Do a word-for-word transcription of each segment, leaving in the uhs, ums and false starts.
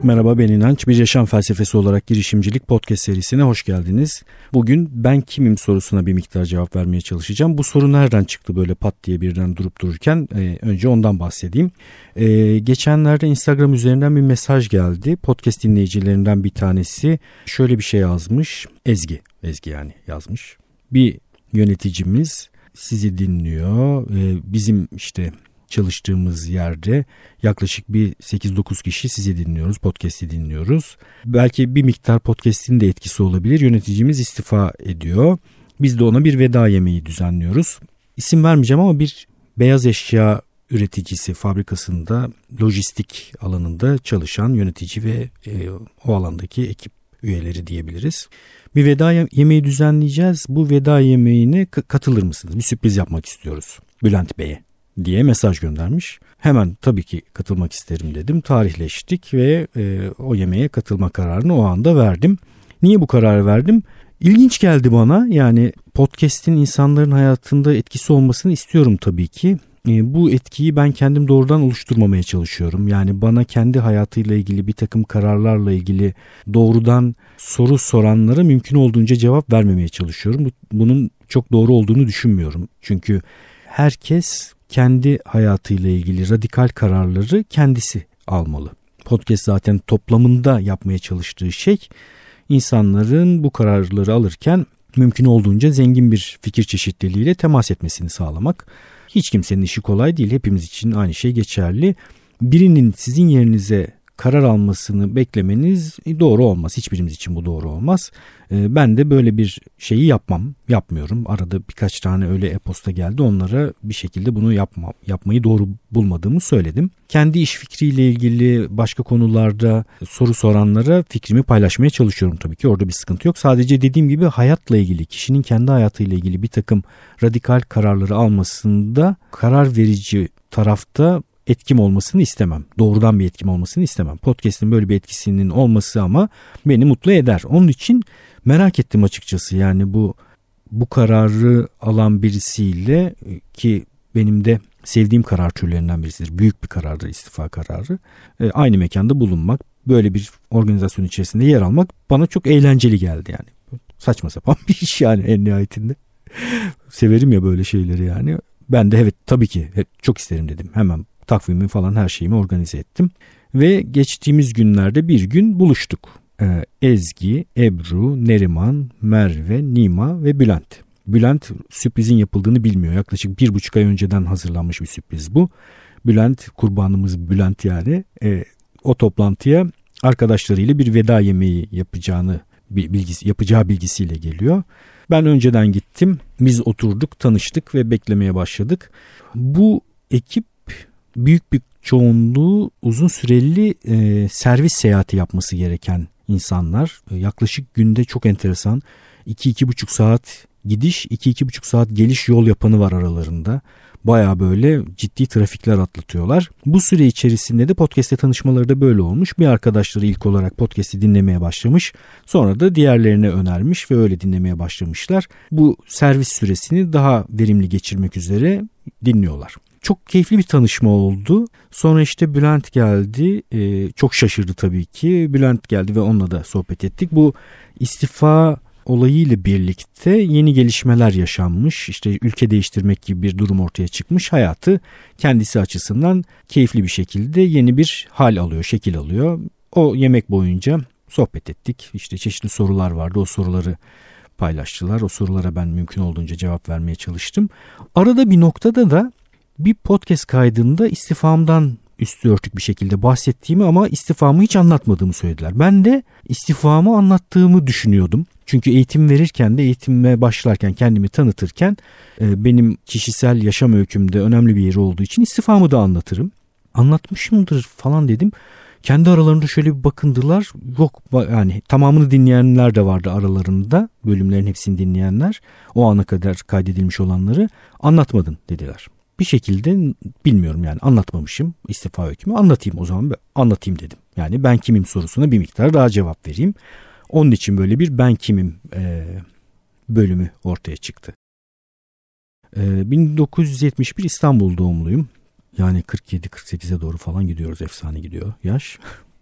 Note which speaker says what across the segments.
Speaker 1: Merhaba, ben İnanç. Bir Yaşam Felsefesi olarak girişimcilik podcast serisine hoş geldiniz. Bugün ben kimim sorusuna bir miktar cevap vermeye çalışacağım. Bu soru nereden çıktı böyle pat diye birden durup dururken? Ee, önce ondan bahsedeyim. Ee, geçenlerde Instagram üzerinden bir mesaj geldi. Podcast dinleyicilerinden bir tanesi şöyle bir şey yazmış. Ezgi, Ezgi yani yazmış. Bir yöneticimiz sizi dinliyor. Ee, bizim işte çalıştığımız yerde yaklaşık bir sekiz dokuz kişi sizi dinliyoruz, podcast'i dinliyoruz. Belki bir miktar podcast'in de etkisi olabilir. Yöneticimiz istifa ediyor. Biz de ona bir veda yemeği düzenliyoruz. İsim vermeyeceğim ama bir beyaz eşya üreticisi fabrikasında lojistik alanında çalışan yönetici ve e, o alandaki ekip üyeleri diyebiliriz. Bir veda yemeği düzenleyeceğiz. Bu veda yemeğine k- katılır mısınız? Bir sürpriz yapmak istiyoruz Bülent Bey'e diye mesaj göndermiş. Hemen tabii ki katılmak isterim dedim. Tarihleştik ve e, o yemeğe katılma kararını o anda verdim. Niye bu kararı verdim? İlginç geldi bana. Yani podcast'in insanların hayatında etkisi olmasını istiyorum tabii ki. E, bu etkiyi ben kendim doğrudan oluşturmamaya çalışıyorum. Yani bana kendi hayatıyla ilgili bir takım kararlarla ilgili doğrudan soru soranlara mümkün olduğunca cevap vermemeye çalışıyorum. Bunun çok doğru olduğunu düşünmüyorum. Çünkü herkes kendi hayatıyla ilgili radikal kararları kendisi almalı. Podcast zaten toplamında yapmaya çalıştığı şey insanların bu kararları alırken mümkün olduğunca zengin bir fikir çeşitliliğiyle temas etmesini sağlamak. Hiç kimsenin işi kolay değil. Hepimiz için aynı şey geçerli. Birinin sizin yerinize karar almasını beklemeniz doğru olmaz. Hiçbirimiz için bu doğru olmaz. Ben de böyle bir şeyi yapmam, yapmıyorum. Arada birkaç tane öyle e-posta geldi. Onlara bir şekilde bunu yapmam, yapmayı doğru bulmadığımı söyledim. Kendi iş fikriyle ilgili başka konularda soru soranlara fikrimi paylaşmaya çalışıyorum tabii ki. Orada bir sıkıntı yok. Sadece dediğim gibi hayatla ilgili, kişinin kendi hayatıyla ilgili bir takım radikal kararları almasında karar verici tarafta etkim olmasını istemem. Doğrudan bir etkim olmasını istemem. Podcast'in böyle bir etkisinin olması ama beni mutlu eder. Onun için merak ettim açıkçası. Yani bu bu kararı alan birisiyle, ki benim de sevdiğim karar türlerinden birisidir. Büyük bir karardır istifa kararı. E, aynı mekanda bulunmak, böyle bir organizasyon içerisinde yer almak bana çok eğlenceli geldi yani. Saçma sapan bir iş yani en nihayetinde. Severim ya böyle şeyleri yani. Ben de evet tabii ki çok isterim dedim. Hemen takvimi falan her şeyimi organize ettim. Ve geçtiğimiz günlerde bir gün buluştuk. Ee, Ezgi, Ebru, Neriman, Merve, Nima ve Bülent. Bülent sürprizin yapıldığını bilmiyor. Yaklaşık bir buçuk ay önceden hazırlanmış bir sürpriz bu. Bülent, kurbanımız Bülent yani e, o toplantıya arkadaşlarıyla bir veda yemeği yapacağını bilgisi, yapacağı bilgisiyle geliyor. Ben önceden gittim. Biz oturduk, tanıştık ve beklemeye başladık. Bu ekip büyük bir çoğunluğu uzun süreli e, servis seyahati yapması gereken insanlar. E, yaklaşık günde çok enteresan iki iki buçuk saat gidiş, iki iki buçuk saat geliş yol yapanı var aralarında. Baya böyle ciddi trafikler atlatıyorlar. Bu süre içerisinde de podcast'te tanışmaları da böyle olmuş. Bir arkadaşları ilk olarak podcast'i dinlemeye başlamış. Sonra da diğerlerine önermiş ve öyle dinlemeye başlamışlar. Bu servis süresini daha verimli geçirmek üzere dinliyorlar. Çok keyifli bir tanışma oldu. Sonra işte Bülent geldi. Ee, çok şaşırdı tabii ki. Bülent geldi ve onunla da sohbet ettik. Bu istifa olayıyla birlikte yeni gelişmeler yaşanmış. İşte ülke değiştirmek gibi bir durum ortaya çıkmış. Hayatı kendisi açısından keyifli bir şekilde yeni bir hal alıyor, şekil alıyor. O yemek boyunca sohbet ettik. İşte çeşitli sorular vardı. O soruları paylaştılar. O sorulara ben mümkün olduğunca cevap vermeye çalıştım. Arada bir noktada da bir podcast kaydında istifamdan üstü örtük bir şekilde bahsettiğimi ama istifamı hiç anlatmadığımı söylediler. Ben de istifamı anlattığımı düşünüyordum. Çünkü eğitim verirken de eğitime başlarken kendimi tanıtırken e, benim kişisel yaşam öykümde önemli bir yeri olduğu için istifamı da anlatırım. Anlatmışımdır falan dedim. Kendi aralarında şöyle bir bakındılar. Yok yani tamamını dinleyenler de vardı aralarında. Bölümlerin hepsini dinleyenler. O ana kadar kaydedilmiş olanları anlatmadın dediler. Bir şekilde bilmiyorum yani anlatmamışım istifa öykümü, anlatayım o zaman anlatayım dedim. Yani ben kimim sorusuna bir miktar daha cevap vereyim. Onun için böyle bir ben kimim e, bölümü ortaya çıktı. E, bin dokuz yüz yetmiş bir İstanbul doğumluyum. Yani kırk yedi kırk sekize doğru falan gidiyoruz, efsane gidiyor yaş.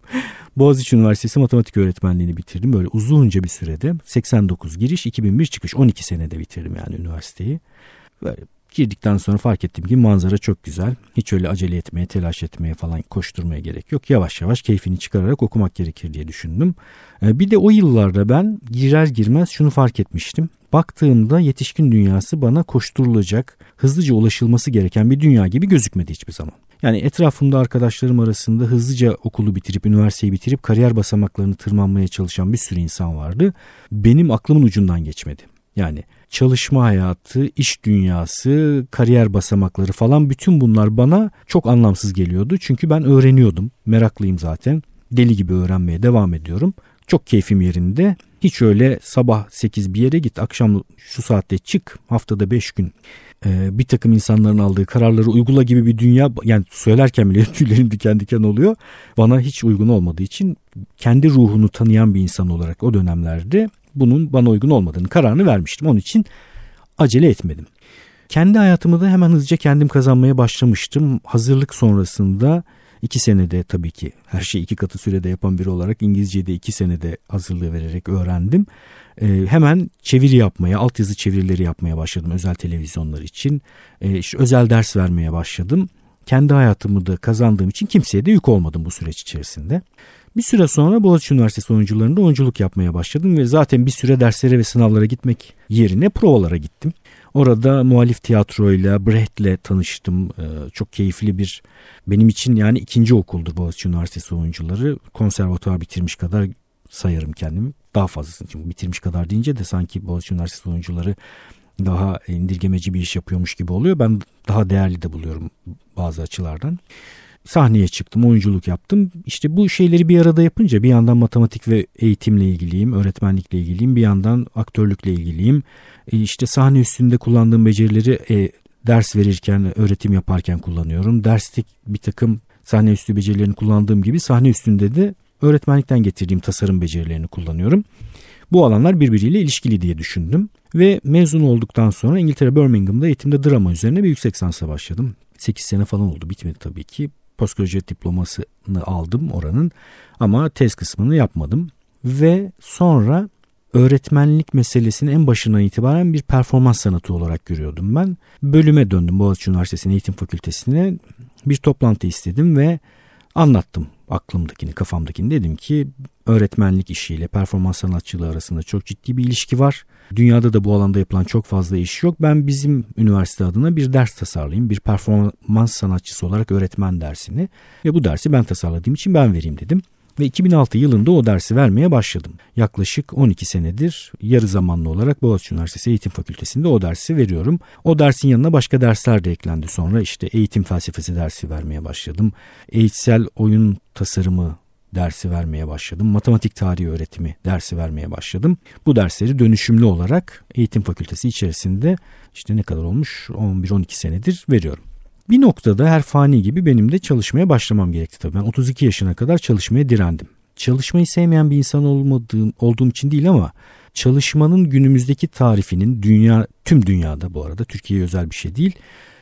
Speaker 1: Boğaziçi Üniversitesi matematik öğretmenliğini bitirdim. Böyle uzunca bir sürede seksen dokuz giriş, iki bin bir çıkış, on iki senede bitirdim yani üniversiteyi. Böyle girdikten sonra fark ettim ki manzara çok güzel. Hiç öyle acele etmeye, telaş etmeye falan koşturmaya gerek yok. Yavaş yavaş keyfini çıkararak okumak gerekir diye düşündüm. Bir de o yıllarda ben girer girmez şunu fark etmiştim. Baktığımda yetişkin dünyası bana koşturulacak, hızlıca ulaşılması gereken bir dünya gibi gözükmedi hiçbir zaman. Yani etrafımda arkadaşlarım arasında hızlıca okulu bitirip, üniversiteyi bitirip kariyer basamaklarını tırmanmaya çalışan bir sürü insan vardı. Benim aklımın ucundan geçmedi. Yani çalışma hayatı, iş dünyası, kariyer basamakları falan bütün bunlar bana çok anlamsız geliyordu. Çünkü ben öğreniyordum, meraklıyım zaten, deli gibi öğrenmeye devam ediyorum. Çok keyfim yerinde. Hiç öyle sabah sekiz bir yere git, akşam şu saatte çık, haftada beş gün e, bir takım insanların aldığı kararları uygula gibi bir dünya, yani söylerken bile tüylerim diken diken oluyor. Bana hiç uygun olmadığı için kendi ruhunu tanıyan bir insan olarak o dönemlerde bunun bana uygun olmadığını kararını vermiştim. Onun için acele etmedim. Kendi hayatımı da hemen hızlıca kendim kazanmaya başlamıştım. Hazırlık sonrasında iki senede, tabii ki her şeyi iki katı sürede yapan biri olarak İngilizceyi de iki senede hazırlığı vererek öğrendim. Ee, hemen çeviri yapmaya, altyazı çevirileri yapmaya başladım özel televizyonlar için. Ee, işte özel ders vermeye başladım. Kendi hayatımı da kazandığım için kimseye de yük olmadım bu süreç içerisinde. Bir süre sonra Boğaziçi Üniversitesi oyuncularında oyunculuk yapmaya başladım ve zaten bir süre derslere ve sınavlara gitmek yerine provalara gittim. Orada muhalif tiyatroyla, Brecht'le tanıştım. Ee, çok keyifli bir, benim için yani ikinci okuldur Boğaziçi Üniversitesi oyuncuları. Konservatuvar bitirmiş kadar sayarım kendimi. Daha fazlasını, çünkü bitirmiş kadar deyince de sanki Boğaziçi Üniversitesi oyuncuları daha indirgemeci bir iş yapıyormuş gibi oluyor. Ben daha değerli de buluyorum bazı açılardan. Sahneye çıktım, oyunculuk yaptım. İşte bu şeyleri bir arada yapınca bir yandan matematik ve eğitimle ilgiliyim, öğretmenlikle ilgiliyim. Bir yandan aktörlükle ilgiliyim. İşte sahne üstünde kullandığım becerileri e, ders verirken, öğretim yaparken kullanıyorum. Derste bir takım sahne üstü becerilerini kullandığım gibi sahne üstünde de öğretmenlikten getirdiğim tasarım becerilerini kullanıyorum. Bu alanlar birbiriyle ilişkili diye düşündüm. Ve mezun olduktan sonra İngiltere Birmingham'da eğitimde drama üzerine bir yüksek lisansa başladım. sekiz sene falan oldu, bitmedi tabii ki. Postgraduate diplomasını aldım oranın ama tez kısmını yapmadım. Ve sonra öğretmenlik meselesini en başından itibaren bir performans sanatı olarak görüyordum ben. Bölüme döndüm, Boğaziçi Üniversitesi'nin eğitim fakültesine. Bir toplantı istedim ve anlattım aklımdakini, kafamdakini. Dedim ki öğretmenlik işiyle performans sanatçılığı arasında çok ciddi bir ilişki var. Dünyada da bu alanda yapılan çok fazla iş yok. Ben bizim üniversite adına bir ders tasarlayayım. Bir performans sanatçısı olarak öğretmen dersini ve bu dersi ben tasarladığım için ben vereyim dedim. Ve iki bin altı yılında o dersi vermeye başladım. Yaklaşık on iki senedir yarı zamanlı olarak Boğaziçi Üniversitesi Eğitim Fakültesi'nde o dersi veriyorum. O dersin yanına başka dersler de eklendi sonra. İşte eğitim felsefesi dersi vermeye başladım. Eğitsel oyun tasarımı dersi vermeye başladım. Matematik tarihi öğretimi dersi vermeye başladım. Bu dersleri dönüşümlü olarak Eğitim Fakültesi içerisinde işte ne kadar olmuş, on bir on iki senedir veriyorum. Bir noktada her fani gibi benim de çalışmaya başlamam gerekti tabii. Ben otuz iki yaşına kadar çalışmaya direndim. Çalışmayı sevmeyen bir insan olmadığım, olduğum için değil ama çalışmanın günümüzdeki tarifinin dünya, tüm dünyada, bu arada Türkiye'ye özel bir şey değil,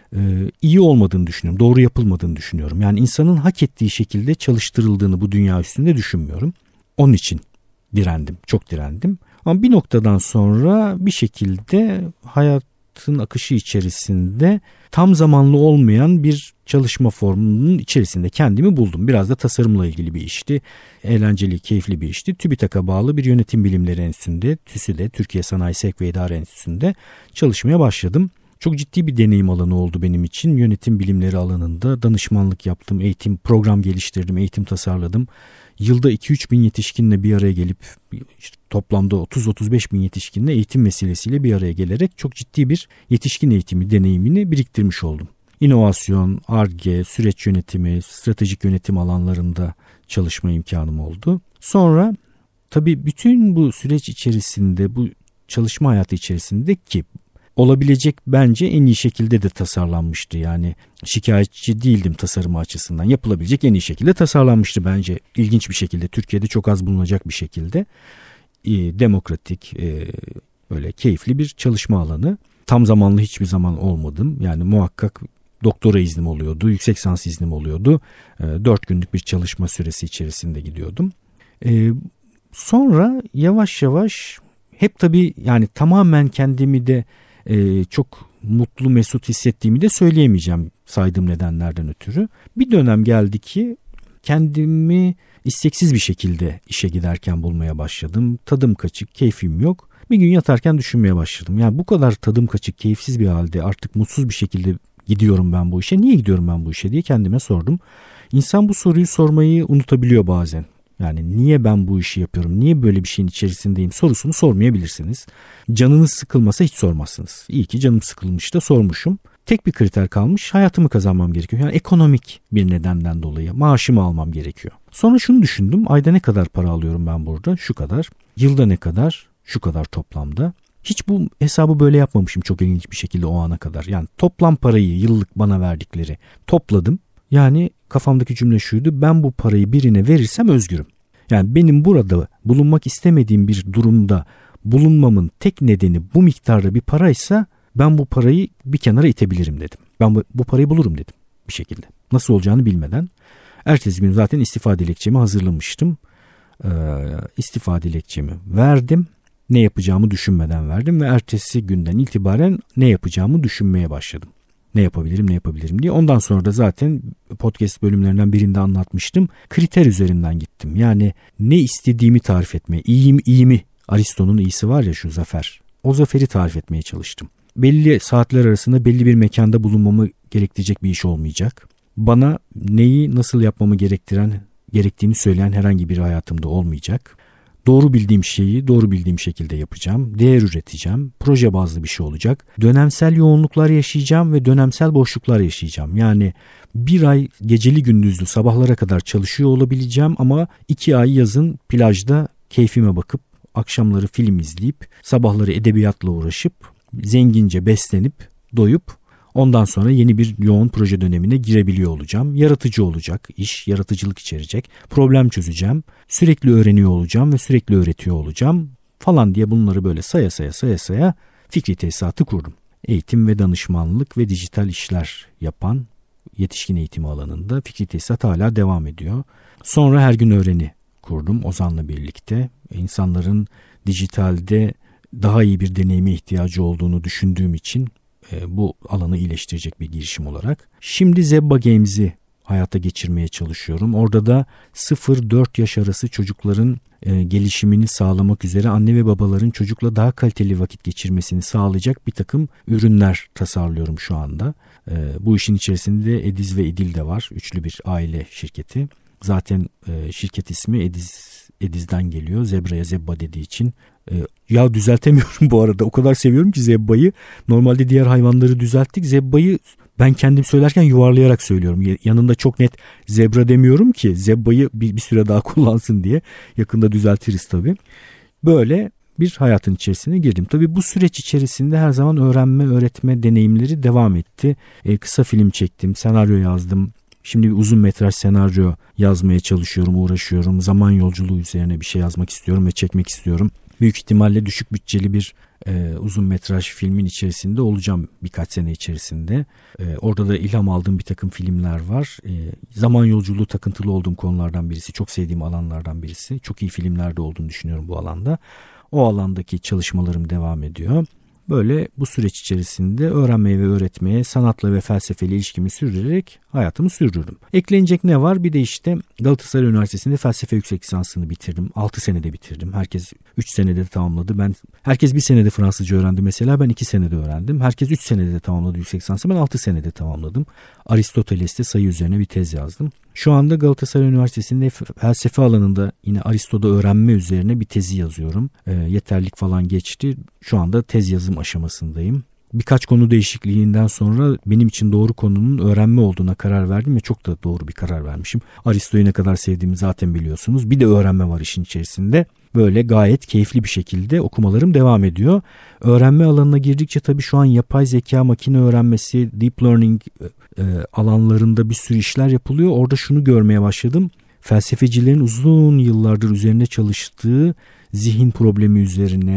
Speaker 1: iyi olmadığını düşünüyorum. Doğru yapılmadığını düşünüyorum. Yani insanın hak ettiği şekilde çalıştırıldığını bu dünya üstünde düşünmüyorum. Onun için direndim, çok direndim. Ama bir noktadan sonra bir şekilde hayatın akışı içerisinde tam zamanlı olmayan bir çalışma formunun içerisinde kendimi buldum. Biraz da tasarımla ilgili bir işti. Eğlenceli, keyifli bir işti. TÜBİTAK'a bağlı bir yönetim bilimleri enstitüsünde, TÜSİ'de, Türkiye Sanayi Sevk ve İdare Enstitüsü'nde çalışmaya başladım. Çok ciddi bir deneyim alanı oldu benim için. Yönetim bilimleri alanında danışmanlık yaptım, eğitim program geliştirdim, eğitim tasarladım. Yılda iki üç bin yetişkinle bir araya gelip işte toplamda otuz otuz beş bin yetişkinle eğitim meselesiyle bir araya gelerek çok ciddi bir yetişkin eğitimi deneyimini biriktirmiş oldum. İnovasyon, Ar-Ge, süreç yönetimi, stratejik yönetim alanlarında çalışma imkanım oldu. Sonra tabii bütün bu süreç içerisinde, bu çalışma hayatı içerisinde ki olabilecek bence en iyi şekilde de tasarlanmıştı. Yani şikayetçi değildim tasarımı açısından. Yapılabilecek en iyi şekilde tasarlanmıştı bence. İlginç bir şekilde, Türkiye'de çok az bulunacak bir şekilde. E, demokratik, e, böyle keyifli bir çalışma alanı. Tam zamanlı hiçbir zaman olmadım. Yani muhakkak doktora iznim oluyordu, yüksek lisans iznim oluyordu. E, dört günlük bir çalışma süresi içerisinde gidiyordum. Ee, sonra yavaş yavaş hep tabii yani tamamen kendimi de e, çok mutlu mesut hissettiğimi de söyleyemeyeceğim saydığım nedenlerden ötürü. Bir dönem geldi ki kendimi isteksiz bir şekilde işe giderken bulmaya başladım. Tadım kaçık, keyfim yok. Bir gün yatarken düşünmeye başladım. Yani bu kadar tadım kaçık, keyifsiz bir halde artık mutsuz bir şekilde gidiyorum ben bu işe. Niye gidiyorum ben bu işe diye kendime sordum. İnsan bu soruyu sormayı unutabiliyor bazen. Yani niye ben bu işi yapıyorum, niye böyle bir şeyin içerisindeyim sorusunu sormayabilirsiniz. Canınız sıkılmasa hiç sormazsınız. İyi ki canım sıkılmış da sormuşum. Tek bir kriter kalmış, hayatımı kazanmam gerekiyor. Yani ekonomik bir nedenden dolayı maaşımı almam gerekiyor. Sonra şunu düşündüm, ayda ne kadar para alıyorum ben burada? Şu kadar. Yılda ne kadar? Şu kadar toplamda. Hiç bu hesabı böyle yapmamışım çok ilginç bir şekilde o ana kadar. Yani toplam parayı yıllık bana verdikleri topladım. Yani kafamdaki cümle şuydu: ben bu parayı birine verirsem özgürüm. Yani benim burada bulunmak istemediğim bir durumda bulunmamın tek nedeni bu miktarda bir paraysa ben bu parayı bir kenara itebilirim dedim. Ben bu, bu parayı bulurum dedim bir şekilde. Nasıl olacağını bilmeden. Ertesi gün zaten istifa dilekçemi hazırlamıştım. Ee, istifa dilekçemi verdim. Ne yapacağımı düşünmeden verdim ve ertesi günden itibaren ne yapacağımı düşünmeye başladım. Ne yapabilirim, ne yapabilirim diye. Ondan sonra da zaten podcast bölümlerinden birinde anlatmıştım. Kriter üzerinden gittim. Yani ne istediğimi tarif etmeye, iyi mi, iyi mi? Aristo'nun iyisi var ya, şu zafer. O zaferi tarif etmeye çalıştım. Belli saatler arasında belli bir mekanda bulunmamı gerektirecek bir iş olmayacak. Bana neyi nasıl yapmamı gerektiren, gerektiğini söyleyen herhangi biri hayatımda olmayacak. Doğru bildiğim şeyi doğru bildiğim şekilde yapacağım. Değer üreteceğim. Proje bazlı bir şey olacak. Dönemsel yoğunluklar yaşayacağım ve dönemsel boşluklar yaşayacağım. Yani bir ay geceli gündüzlü sabahlara kadar çalışıyor olabileceğim ama iki ay yazın plajda keyfime bakıp akşamları film izleyip sabahları edebiyatla uğraşıp zengince beslenip doyup ondan sonra yeni bir yoğun proje dönemine girebiliyor olacağım. Yaratıcı olacak iş, yaratıcılık içerecek. Problem çözeceğim. Sürekli öğreniyor olacağım ve sürekli öğretiyor olacağım falan diye bunları böyle saya saya saya saya fikri tesisatı kurdum. Eğitim ve danışmanlık ve dijital işler yapan yetişkin eğitimi alanında fikri tesisat hala devam ediyor. Sonra Her Gün Öğreni kurdum Ozan'la birlikte. İnsanların dijitalde daha iyi bir deneyime ihtiyacı olduğunu düşündüğüm için bu alanı iyileştirecek bir girişim olarak. Şimdi Zebba Games'i hayata geçirmeye çalışıyorum. Orada da sıfır dört yaş arası çocukların e, gelişimini sağlamak üzere anne ve babaların çocukla daha kaliteli vakit geçirmesini sağlayacak bir takım ürünler tasarlıyorum şu anda. E, bu işin içerisinde Ediz ve İdil de var. Üçlü bir aile şirketi. Zaten e, şirket ismi Ediz Ediz'den geliyor. Zebra'ya Zebba dediği için. E, ya düzeltemiyorum bu arada. O kadar seviyorum ki Zebba'yı. Normalde diğer hayvanları düzelttik. Zebba'yı ben kendim söylerken yuvarlayarak söylüyorum. Yanında çok net zebra demiyorum ki Zebba'yı bir, bir süre daha kullansın diye. Yakında düzeltiriz tabii. Böyle bir hayatın içerisine girdim. Tabii bu süreç içerisinde her zaman öğrenme, öğretme deneyimleri devam etti. E, kısa film çektim, senaryo yazdım. Şimdi bir uzun metraj senaryo yazmaya çalışıyorum, uğraşıyorum. Zaman yolculuğu üzerine bir şey yazmak istiyorum ve çekmek istiyorum. Büyük ihtimalle düşük bütçeli bir e, uzun metraj filmin içerisinde olacağım birkaç sene içerisinde. E, orada da ilham aldığım bir takım filmler var. E, zaman yolculuğu takıntılı olduğum konulardan birisi, çok sevdiğim alanlardan birisi. Çok iyi filmlerde olduğunu düşünüyorum bu alanda. O alandaki çalışmalarım devam ediyor. Böyle bu süreç içerisinde öğrenmeye ve öğretmeye, sanatla ve felsefeyle ilişkimi sürdürerek hayatımı sürdürdüm. Eklenecek ne var? Bir de işte Galatasaray Üniversitesi'nde felsefe yüksek lisansını bitirdim. altı senede bitirdim. Herkes üç senede tamamladı. Ben herkes bir senede Fransızca öğrendi mesela. Ben iki senede öğrendim. Herkes üç senede tamamladı yüksek lisansı. Ben altı senede tamamladım. Aristoteles'te sayı üzerine bir tez yazdım. Şu anda Galatasaray Üniversitesi'nde felsefe alanında yine Aristo'da öğrenme üzerine bir tezi yazıyorum. E, yeterlik falan geçti. Şu anda tez yazım aşamasındayım. Birkaç konu değişikliğinden sonra benim için doğru konunun öğrenme olduğuna karar verdim ve çok da doğru bir karar vermişim. Aristo'yu ne kadar sevdiğimi zaten biliyorsunuz. Bir de öğrenme var işin içerisinde. Böyle gayet keyifli bir şekilde okumalarım devam ediyor. Öğrenme alanına girdikçe tabii şu an yapay zeka, makine öğrenmesi, deep learning e, alanlarında bir sürü işler yapılıyor. Orada şunu görmeye başladım. Felsefecilerin uzun yıllardır üzerine çalıştığı zihin problemi üzerine,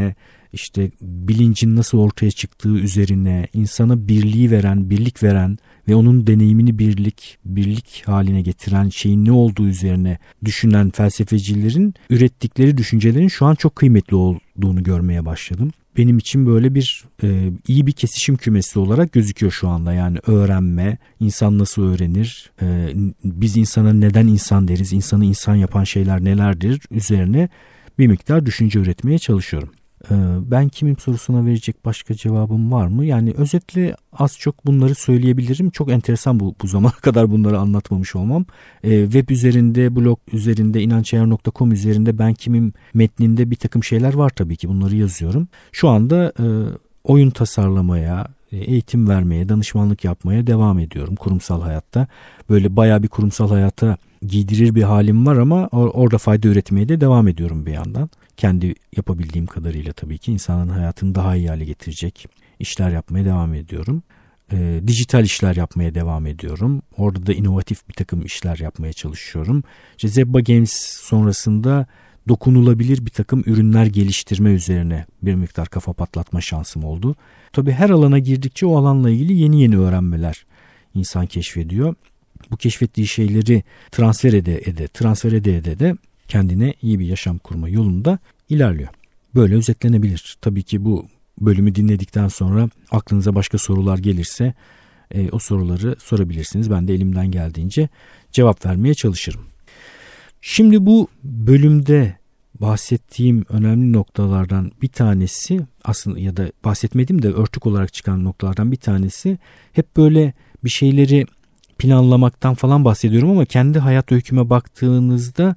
Speaker 1: işte bilincin nasıl ortaya çıktığı üzerine, insana birliği veren, birlik veren ve onun deneyimini birlik, birlik haline getiren şeyin ne olduğu üzerine düşünen felsefecilerin ürettikleri düşüncelerin şu an çok kıymetli olduğunu görmeye başladım. Benim için böyle bir e, iyi bir kesişim kümesi olarak gözüküyor şu anda. Yani öğrenme, insan nasıl öğrenir, e, biz insana neden insan deriz, insanı insan yapan şeyler nelerdir üzerine bir miktar düşünce üretmeye çalışıyorum. E, ben kimim sorusuna verecek başka cevabım var mı? Yani özetle az çok bunları söyleyebilirim. Çok enteresan bu, bu zamana kadar bunları anlatmamış olmam. E, web üzerinde, blog üzerinde, inançayar nokta com üzerinde ben kimim metninde bir takım şeyler var tabii ki. Bunları yazıyorum. Şu anda e, oyun tasarlamaya, eğitim vermeye, danışmanlık yapmaya devam ediyorum kurumsal hayatta. Böyle bayağı bir kurumsal hayata giydirir bir halim var ama or- orada fayda üretmeye de devam ediyorum bir yandan. Kendi yapabildiğim kadarıyla tabii ki insanın hayatını daha iyi hale getirecek işler yapmaya devam ediyorum. E, dijital işler yapmaya devam ediyorum. Orada da inovatif bir takım işler yapmaya çalışıyorum. İşte Zebba Games sonrasında dokunulabilir bir takım ürünler geliştirme üzerine bir miktar kafa patlatma şansım oldu. Tabii her alana girdikçe o alanla ilgili yeni yeni öğrenmeler insan keşfediyor. Bu keşfettiği şeyleri transfer ede ede, transfer ede ede de kendine iyi bir yaşam kurma yolunda ilerliyor. Böyle özetlenebilir. Tabii ki bu bölümü dinledikten sonra aklınıza başka sorular gelirse e, o soruları sorabilirsiniz. Ben de elimden geldiğince cevap vermeye çalışırım. Şimdi bu bölümde bahsettiğim önemli noktalardan bir tanesi, aslında ya da bahsetmediğim de örtük olarak çıkan noktalardan bir tanesi, hep böyle bir şeyleri planlamaktan falan bahsediyorum ama kendi hayat öyküme baktığınızda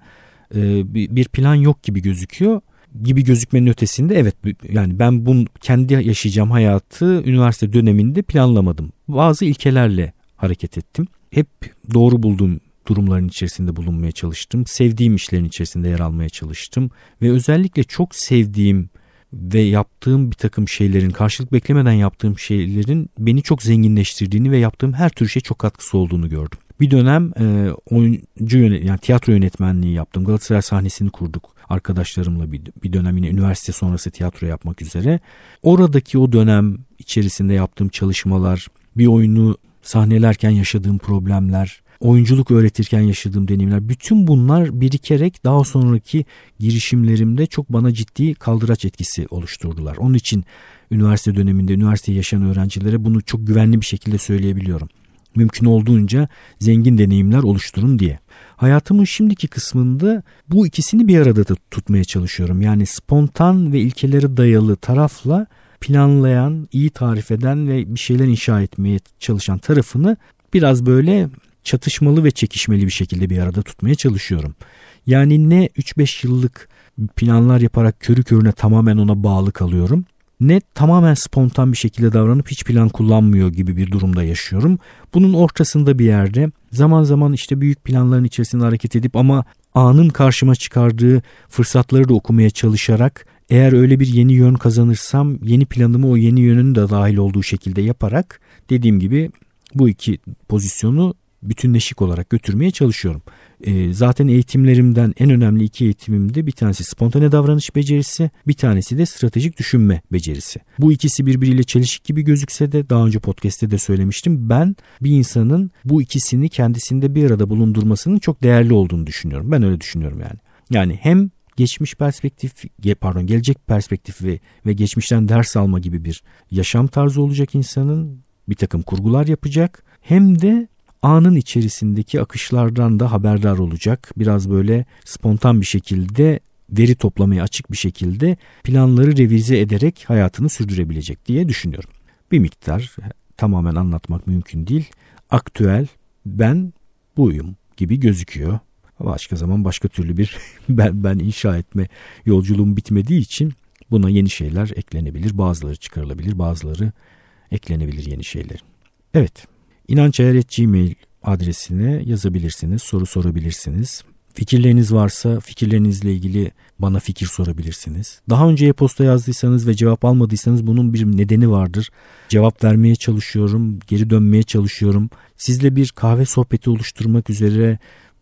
Speaker 1: e, bir plan yok gibi gözüküyor. Gibi gözükmenin ötesinde evet, yani ben bunu kendi yaşayacağım hayatı üniversite döneminde planlamadım. Bazı ilkelerle hareket ettim. Hep doğru bulduğum durumların içerisinde bulunmaya çalıştım. Sevdiğim işlerin içerisinde yer almaya çalıştım. Ve özellikle çok sevdiğim ve yaptığım bir takım şeylerin, karşılık beklemeden yaptığım şeylerin beni çok zenginleştirdiğini ve yaptığım her tür şey çok katkısı olduğunu gördüm. Bir dönem e, oyuncu yönet, yani tiyatro yönetmenliği yaptım. Galatasaray sahnesini kurduk arkadaşlarımla bir, bir dönem, yine üniversite sonrası tiyatro yapmak üzere. Oradaki o dönem içerisinde yaptığım çalışmalar, bir oyunu sahnelerken yaşadığım problemler, oyunculuk öğretirken yaşadığım deneyimler, bütün bunlar birikerek daha sonraki girişimlerimde çok bana ciddi kaldıraç etkisi oluşturdular. Onun için üniversite döneminde üniversiteyi yaşayan öğrencilere bunu çok güvenli bir şekilde söyleyebiliyorum. Mümkün olduğunca zengin deneyimler oluşturun diye. Hayatımın şimdiki kısmında bu ikisini bir arada da tutmaya çalışıyorum. Yani spontan ve ilkelere dayalı tarafla planlayan, iyi tarif eden ve bir şeyler inşa etmeye çalışan tarafını biraz böyle çatışmalı ve çekişmeli bir şekilde bir arada tutmaya çalışıyorum. Yani ne üç beş yıllık planlar yaparak körü körüne tamamen ona bağlı kalıyorum, ne tamamen spontan bir şekilde davranıp hiç plan kullanmıyor gibi bir durumda yaşıyorum. Bunun ortasında bir yerde zaman zaman işte büyük planların içerisinde hareket edip ama anın karşıma çıkardığı fırsatları da okumaya çalışarak, eğer öyle bir yeni yön kazanırsam yeni planımı o yeni yönün de dahil olduğu şekilde yaparak, dediğim gibi bu iki pozisyonu bütünleşik olarak götürmeye çalışıyorum. E, zaten eğitimlerimden en önemli iki eğitimimde bir tanesi spontane davranış becerisi, bir tanesi de stratejik düşünme becerisi. Bu ikisi birbiriyle çelişik gibi gözükse de, daha önce podcast'te de söylemiştim, ben bir insanın bu ikisini kendisinde bir arada bulundurmasının çok değerli olduğunu düşünüyorum. Ben öyle düşünüyorum yani. Yani hem geçmiş perspektif, pardon gelecek perspektif ve, ve geçmişten ders alma gibi bir yaşam tarzı olacak insanın, bir takım kurgular yapacak, hem de anın içerisindeki akışlardan da haberdar olacak. Biraz böyle spontan bir şekilde, veri toplamaya açık bir şekilde planları revize ederek hayatını sürdürebilecek diye düşünüyorum. Bir miktar, tamamen anlatmak mümkün değil, aktüel ben buyum gibi gözüküyor. Başka zaman başka türlü bir ben ben inşa etme yolculuğum bitmediği için buna yeni şeyler eklenebilir, bazıları çıkarılabilir, bazıları eklenebilir yeni şeyler. Evet. inançayar at gmail adresine yazabilirsiniz, soru sorabilirsiniz. Fikirleriniz varsa fikirlerinizle ilgili bana fikir sorabilirsiniz. Daha önce e-posta yazdıysanız ve cevap almadıysanız bunun bir nedeni vardır. Cevap vermeye çalışıyorum, geri dönmeye çalışıyorum. Sizle bir kahve sohbeti oluşturmak üzere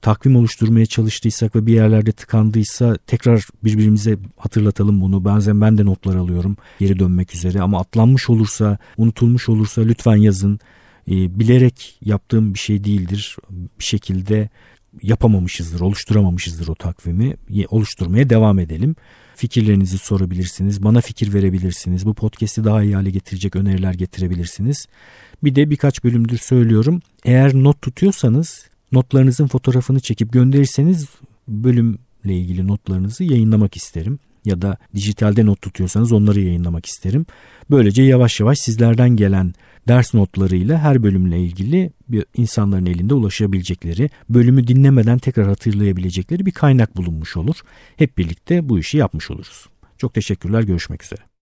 Speaker 1: takvim oluşturmaya çalıştıysak ve bir yerlerde tıkandıysa tekrar birbirimize hatırlatalım bunu. Bazen ben de notlar alıyorum geri dönmek üzere, ama atlanmış olursa, unutulmuş olursa lütfen yazın. E, bilerek yaptığım bir şey değildir. Bir şekilde yapamamışızdır, oluşturamamışızdır o takvimi. Oluşturmaya devam edelim. Fikirlerinizi sorabilirsiniz, bana fikir verebilirsiniz. Bu podcast'i daha iyi hale getirecek öneriler getirebilirsiniz. Bir de birkaç bölümdür söylüyorum. Eğer not tutuyorsanız notlarınızın fotoğrafını çekip gönderirseniz bölümle ilgili notlarınızı yayınlamak isterim. Ya da dijitalde not tutuyorsanız onları yayınlamak isterim. Böylece yavaş yavaş sizlerden gelen ders notlarıyla her bölümle ilgili bir insanların elinde ulaşabilecekleri, bölümü dinlemeden tekrar hatırlayabilecekleri bir kaynak bulunmuş olur. Hep birlikte bu işi yapmış oluruz. Çok teşekkürler, görüşmek üzere.